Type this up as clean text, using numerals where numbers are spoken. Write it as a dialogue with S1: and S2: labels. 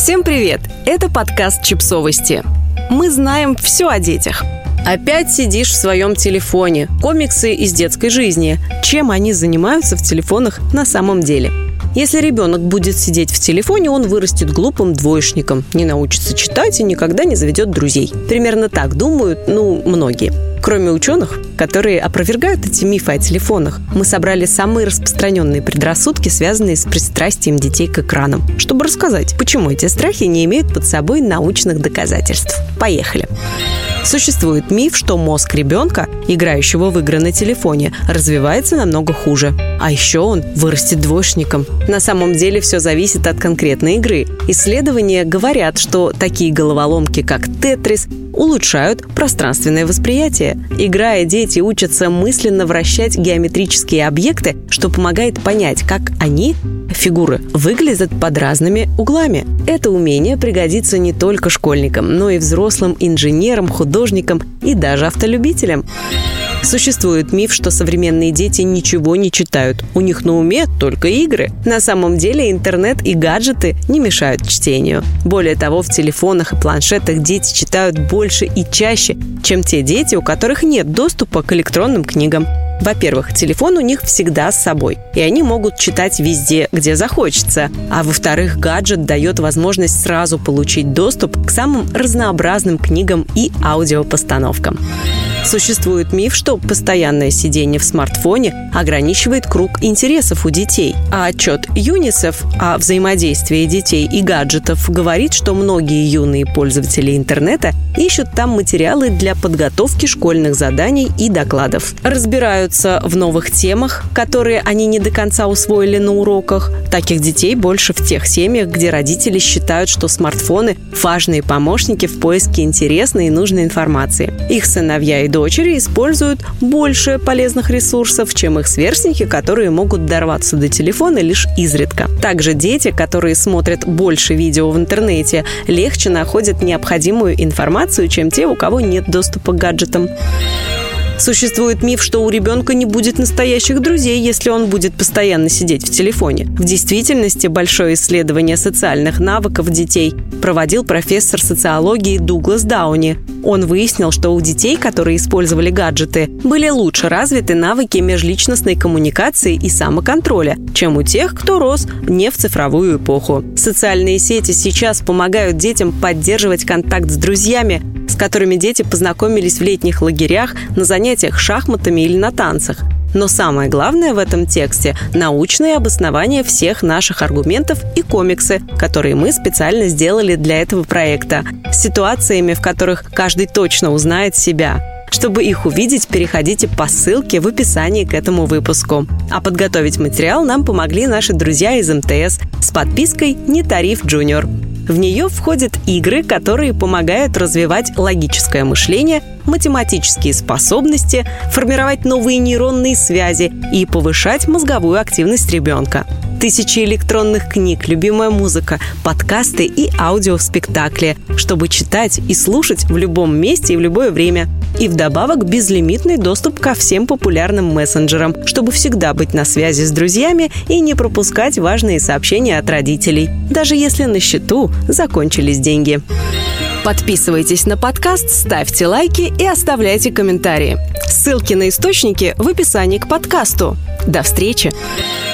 S1: Всем привет! Это подкаст «Чипсовости». Мы знаем все о детях. Опять сидишь в своем телефоне. Комиксы из детской жизни. Чем они занимаются в телефонах на самом деле? Если ребенок будет сидеть в телефоне, он вырастет глупым двоечником, не научится читать и никогда не заведет друзей. Примерно так думают, многие. Кроме ученых, которые опровергают эти мифы о телефонах, мы собрали самые распространенные предрассудки, связанные с пристрастием детей к экранам, чтобы рассказать, почему эти страхи не имеют под собой научных доказательств. Поехали! Существует миф, что мозг ребенка, играющего в игры на телефоне, развивается намного хуже. А еще он вырастет двоечником. На самом деле все зависит от конкретной игры. Исследования говорят, что такие головоломки, как Тетрис, улучшают пространственное восприятие. Играя, дети учатся мысленно вращать геометрические объекты, что помогает понять, как они, фигуры, выглядят под разными углами. Это умение пригодится не только школьникам, но и взрослым инженерам, художникам и даже автолюбителям. Существует миф, что современные дети ничего не читают. У них на уме только игры. На самом деле интернет и гаджеты не мешают чтению. Более того, в телефонах и планшетах дети читают больше и чаще, чем те дети, у которых нет доступа к электронным книгам. Во-первых, телефон у них всегда с собой, и они могут читать везде, где захочется. А во-вторых, гаджет дает возможность сразу получить доступ к самым разнообразным книгам и аудиопостановкам. Существует миф, что постоянное сидение в смартфоне ограничивает круг интересов у детей. А отчет ЮНИСЕФ о взаимодействии детей и гаджетов говорит, что многие юные пользователи интернета ищут там материалы для подготовки школьных заданий и докладов. Разбираются в новых темах, которые они не до конца усвоили на уроках. Таких детей больше в тех семьях, где родители считают, что смартфоны – важные помощники в поиске интересной и нужной информации. Их сыновья и дочери используют больше полезных ресурсов, чем их сверстники, которые могут дорваться до телефона лишь изредка. Также дети, которые смотрят больше видео в интернете, легче находят необходимую информацию, чем те, у кого нет доступа к гаджетам. Существует миф, что у ребенка не будет настоящих друзей, если он будет постоянно сидеть в телефоне. В действительности, большое исследование социальных навыков детей проводил профессор социологии Дуглас Дауни. Он выяснил, что у детей, которые использовали гаджеты, были лучше развиты навыки межличностной коммуникации и самоконтроля, чем у тех, кто рос не в цифровую эпоху. Социальные сети сейчас помогают детям поддерживать контакт с друзьями, с которыми дети познакомились в летних лагерях, на занятиях шахматами или на танцах. Но самое главное в этом тексте – научное обоснование всех наших аргументов и комиксы, которые мы специально сделали для этого проекта, с ситуациями, в которых каждый точно узнает себя. Чтобы их увидеть, переходите по ссылке в описании к этому выпуску. А подготовить материал нам помогли наши друзья из МТС с подпиской «Нетариф Джуниор». В нее входят игры, которые помогают развивать логическое мышление, математические способности, формировать новые нейронные связи и повышать мозговую активность ребенка. Тысячи электронных книг, любимая музыка, подкасты и аудио в спектакле, чтобы читать и слушать в любом месте и в любое время. И вдобавок безлимитный доступ ко всем популярным мессенджерам, чтобы всегда быть на связи с друзьями и не пропускать важные сообщения от родителей, даже если на счету закончились деньги. Подписывайтесь на подкаст, ставьте лайки и оставляйте комментарии. Ссылки на источники в описании к подкасту. До встречи!